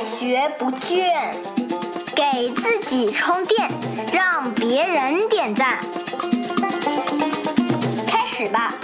快学不倦，给自己充电，让别人点赞。开始吧。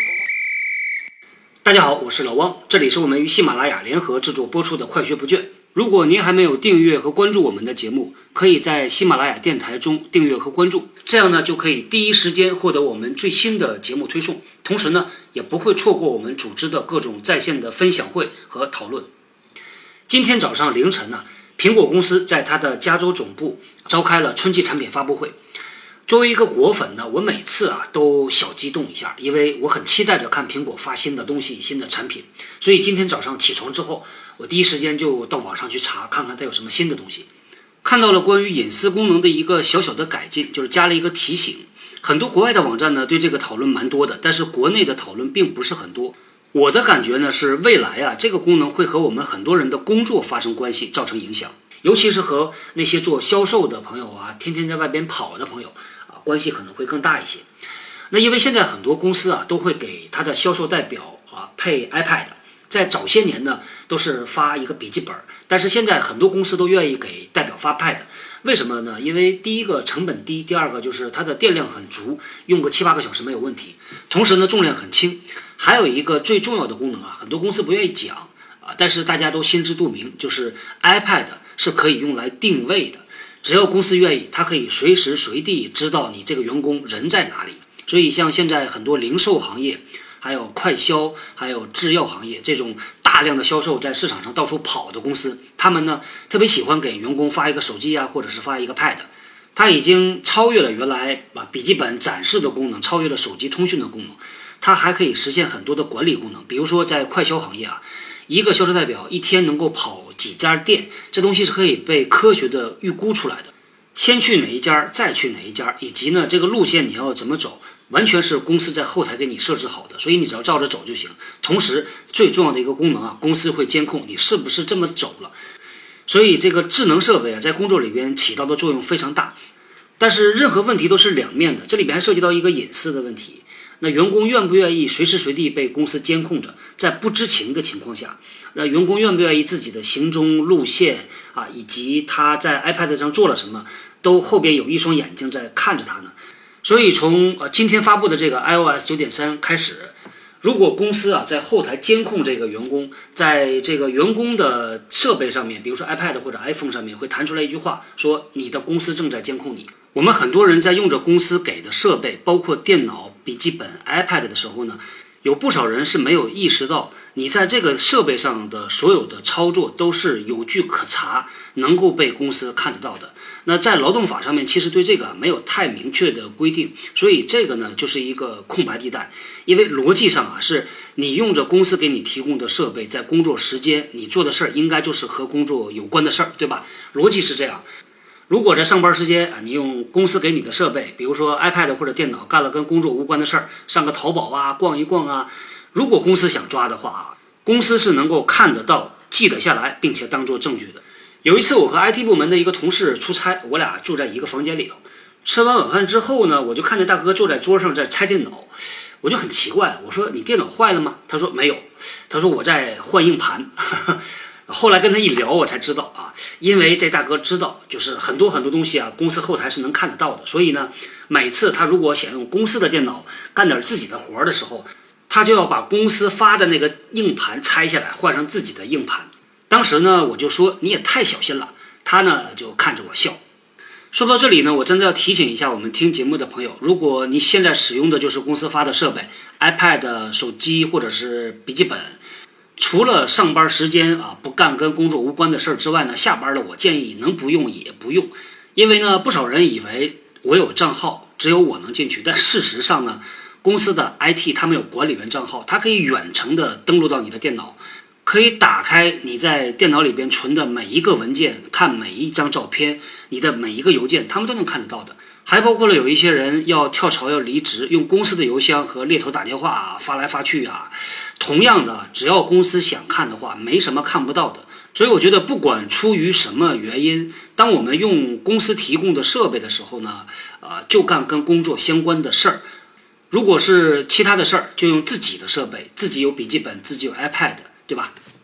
大家好，我是老汪，这里是我们与喜马拉雅联合制作播出的快学不倦。如果您还没有订阅和关注我们的节目，可以在喜马拉雅电台中订阅和关注，这样呢就可以第一时间获得我们最新的节目推送，同时呢也不会错过我们组织的各种在线的分享会和讨论。今天早上凌晨呢，苹果公司在它的加州总部召开了春季产品发布会。作为一个果粉呢，我每次都小激动一下，因为我很期待着看苹果发新的东西、新的产品。所以今天早上起床之后，我第一时间就到网上去查，看看它有什么新的东西。看到了关于隐私功能的一个小小的改进，就是加了一个提醒。很多国外的网站呢对这个讨论蛮多的，但是国内的讨论并不是很多。我的感觉呢是未来这个功能会和我们很多人的工作发生关系，造成影响。尤其是和那些做销售的朋友天天在外边跑的朋友关系可能会更大一些。那因为现在很多公司都会给他的销售代表配 iPad， 在早些年呢都是发一个笔记本，但是现在很多公司都愿意给代表发 Pad。 为什么呢？因为第一个成本低，第二个就是它的电量很足，用个7-8个小时没有问题，同时呢重量很轻。还有一个最重要的功能很多公司不愿意讲但是大家都心知肚明，就是 iPad 是可以用来定位的，只要公司愿意，它可以随时随地知道你这个员工人在哪里。所以像现在很多零售行业，还有快销，还有制药行业，这种大量的销售在市场上到处跑的公司，他们呢特别喜欢给员工发一个手机或者是发一个 Pad。 它已经超越了原来笔记本展示的功能，超越了手机通讯的功能，它还可以实现很多的管理功能。比如说在快销行业一个销售代表一天能够跑几家店，这东西是可以被科学的预估出来的。先去哪一家，再去哪一家，以及呢这个路线你要怎么走，完全是公司在后台给你设置好的，所以你只要照着走就行。同时最重要的一个功能公司会监控你是不是这么走了。所以这个智能设备在工作里边起到的作用非常大。但是任何问题都是两面的，这里边还涉及到一个隐私的问题。那员工愿不愿意随时随地被公司监控着，在不知情的情况下，那员工愿不愿意自己的行踪路线以及他在 iPad 上做了什么，都后边有一双眼睛在看着他呢。所以从今天发布的这个 iOS 9.3 开始，如果公司在后台监控这个员工，在这个员工的设备上面，比如说 iPad 或者 iPhone 上面会弹出来一句话，说你的公司正在监控你。我们很多人在用着公司给的设备，包括电脑、笔记本、iPad 的时候呢，有不少人是没有意识到你在这个设备上的所有的操作都是有据可查，能够被公司看得到的。那在劳动法上面其实对这个没有太明确的规定，所以这个呢就是一个空白地带。因为逻辑上是你用着公司给你提供的设备，在工作时间你做的事儿应该就是和工作有关的事儿，对吧？逻辑是这样。如果在上班时间你用公司给你的设备，比如说 iPad 或者电脑，干了跟工作无关的事儿，上个淘宝逛一逛如果公司想抓的话公司是能够看得到、记得下来，并且当作证据的。有一次我和 IT 部门的一个同事出差，我俩住在一个房间里头，吃完晚饭之后呢，我就看见大哥坐在桌上在拆电脑，我就很奇怪，我说你电脑坏了吗？他说没有，他说我在换硬盘。后来跟他一聊我才知道因为这大哥知道就是很多东西公司后台是能看得到的，所以呢每次他如果想用公司的电脑干点自己的活的时候，他就要把公司发的那个硬盘拆下来换上自己的硬盘。当时呢我就说你也太小心了，他呢就看着我笑。说到这里呢，我真的要提醒一下我们听节目的朋友，如果你现在使用的就是公司发的设备 iPad、 手机或者是笔记本，除了上班时间不干跟工作无关的事儿之外呢，下班了我建议能不用也不用。因为呢不少人以为我有账号只有我能进去，但事实上呢公司的 IT 他们有管理员账号，它可以远程的登录到你的电脑，可以打开你在电脑里边存的每一个文件，看每一张照片，你的每一个邮件他们都能看得到的。还包括了有一些人要跳槽要离职，用公司的邮箱和猎头打电话发来发去同样的只要公司想看的话没什么看不到的。所以我觉得不管出于什么原因，当我们用公司提供的设备的时候呢就干跟工作相关的事儿。如果是其他的事儿就用自己的设备，自己有笔记本，自己有 iPad， 对吧？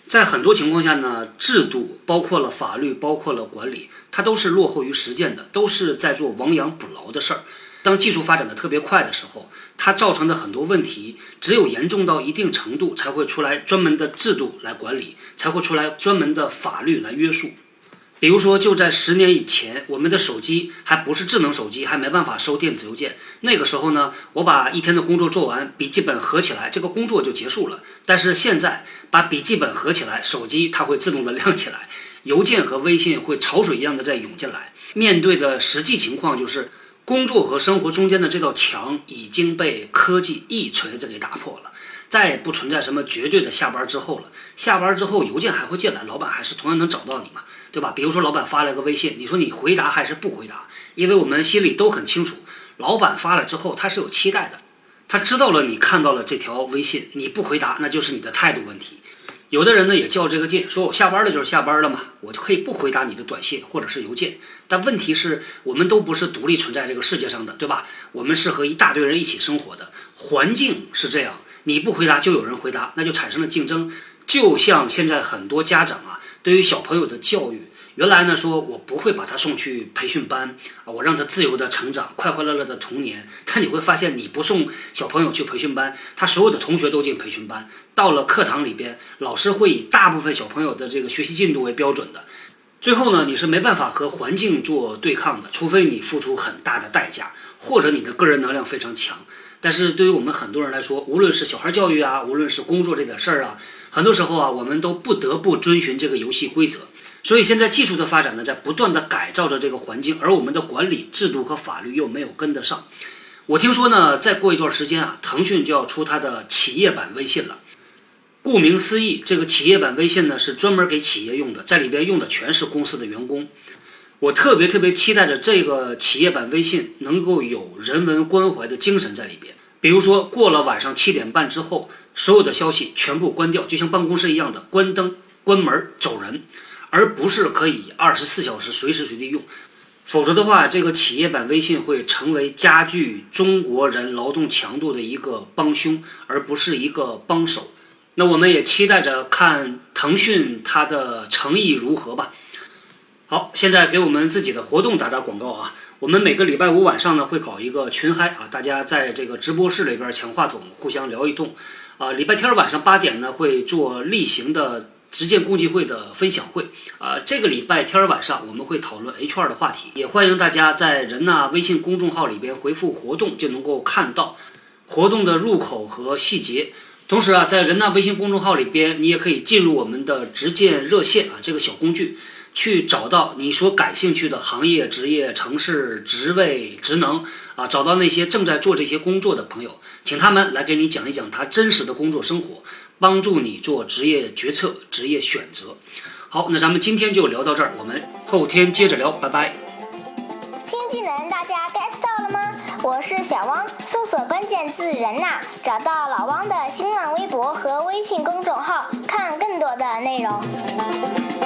在很多情况下呢，制度包括了法律，包括了管理，它都是落后于实践的，都是在做亡羊补牢的事儿。当技术发展的特别快的时候，它造成的很多问题，只有严重到一定程度，才会出来专门的制度来管理，才会出来专门的法律来约束。比如说，就在10年以前，我们的手机还不是智能手机，还没办法收电子邮件。那个时候呢，我把一天的工作做完，笔记本合起来，这个工作就结束了。但是现在，把笔记本合起来，手机它会自动的亮起来，邮件和微信会潮水一样的再涌进来。面对的实际情况就是，工作和生活中间的这道墙已经被科技一锤子给打破了。再也不存在什么绝对的下班之后了。下班之后邮件还会进来，老板还是同样能找到你嘛，对吧？比如说老板发了个微信，你说你回答还是不回答？因为我们心里都很清楚，老板发了之后他是有期待的，他知道了你看到了这条微信，你不回答那就是你的态度问题。有的人呢也较这个劲，说我下班了就是下班了嘛，我就可以不回答你的短信或者是邮件。但问题是我们都不是独立存在这个世界上的，对吧？我们是和一大堆人一起生活的，环境是这样，你不回答就有人回答，那就产生了竞争。就像现在很多家长啊，对于小朋友的教育，原来呢说我不会把他送去培训班啊，我让他自由的成长，快快乐乐的童年。但你会发现，你不送小朋友去培训班，他所有的同学都进培训班，到了课堂里边，老师会以大部分小朋友的这个学习进度为标准的。最后呢，你是没办法和环境做对抗的，除非你付出很大的代价，或者你的个人能量非常强。但是对于我们很多人来说，无论是小孩教育啊，无论是工作这点事儿啊，很多时候啊，我们都不得不遵循这个游戏规则。所以现在技术的发展呢，在不断的改造着这个环境，而我们的管理制度和法律又没有跟得上。我听说呢，再过一段时间啊，腾讯就要出它的企业版微信了。顾名思义，这个企业版微信呢是专门给企业用的，在里边用的全是公司的员工。我特别期待着这个企业版微信能够有人文关怀的精神在里边。比如说，过了晚上7点半之后，所有的消息全部关掉，就像办公室一样的关灯、关门、走人，而不是可以24小时随时随地用。否则的话，这个企业版微信会成为加剧中国人劳动强度的一个帮凶，而不是一个帮手。那我们也期待着看腾讯它的诚意如何吧。好，现在给我们自己的活动打打广告啊！我们每个礼拜5晚上呢会搞一个群嗨啊，大家在这个直播室里边抢话筒，互相聊一通啊。礼拜天晚上8点呢会做例行的直见共济会的分享会啊。这个礼拜天晚上我们会讨论 HR 的话题，也欢迎大家在人呐微信公众号里边回复活动，就能够看到活动的入口和细节。同时啊，在人呐微信公众号里边，你也可以进入我们的直见热线啊这个小工具，去找到你所感兴趣的行业、职业、城市、职位、职能啊，找到那些正在做这些工作的朋友，请他们来给你讲一讲他真实的工作生活，帮助你做职业决策、职业选择。好，那咱们今天就聊到这儿，我们后天接着聊，拜拜。 新技能大家 get 到了吗？我是小汪，搜索关键字人呐，找到老汪的新浪微博和微信公众号，看更多的内容。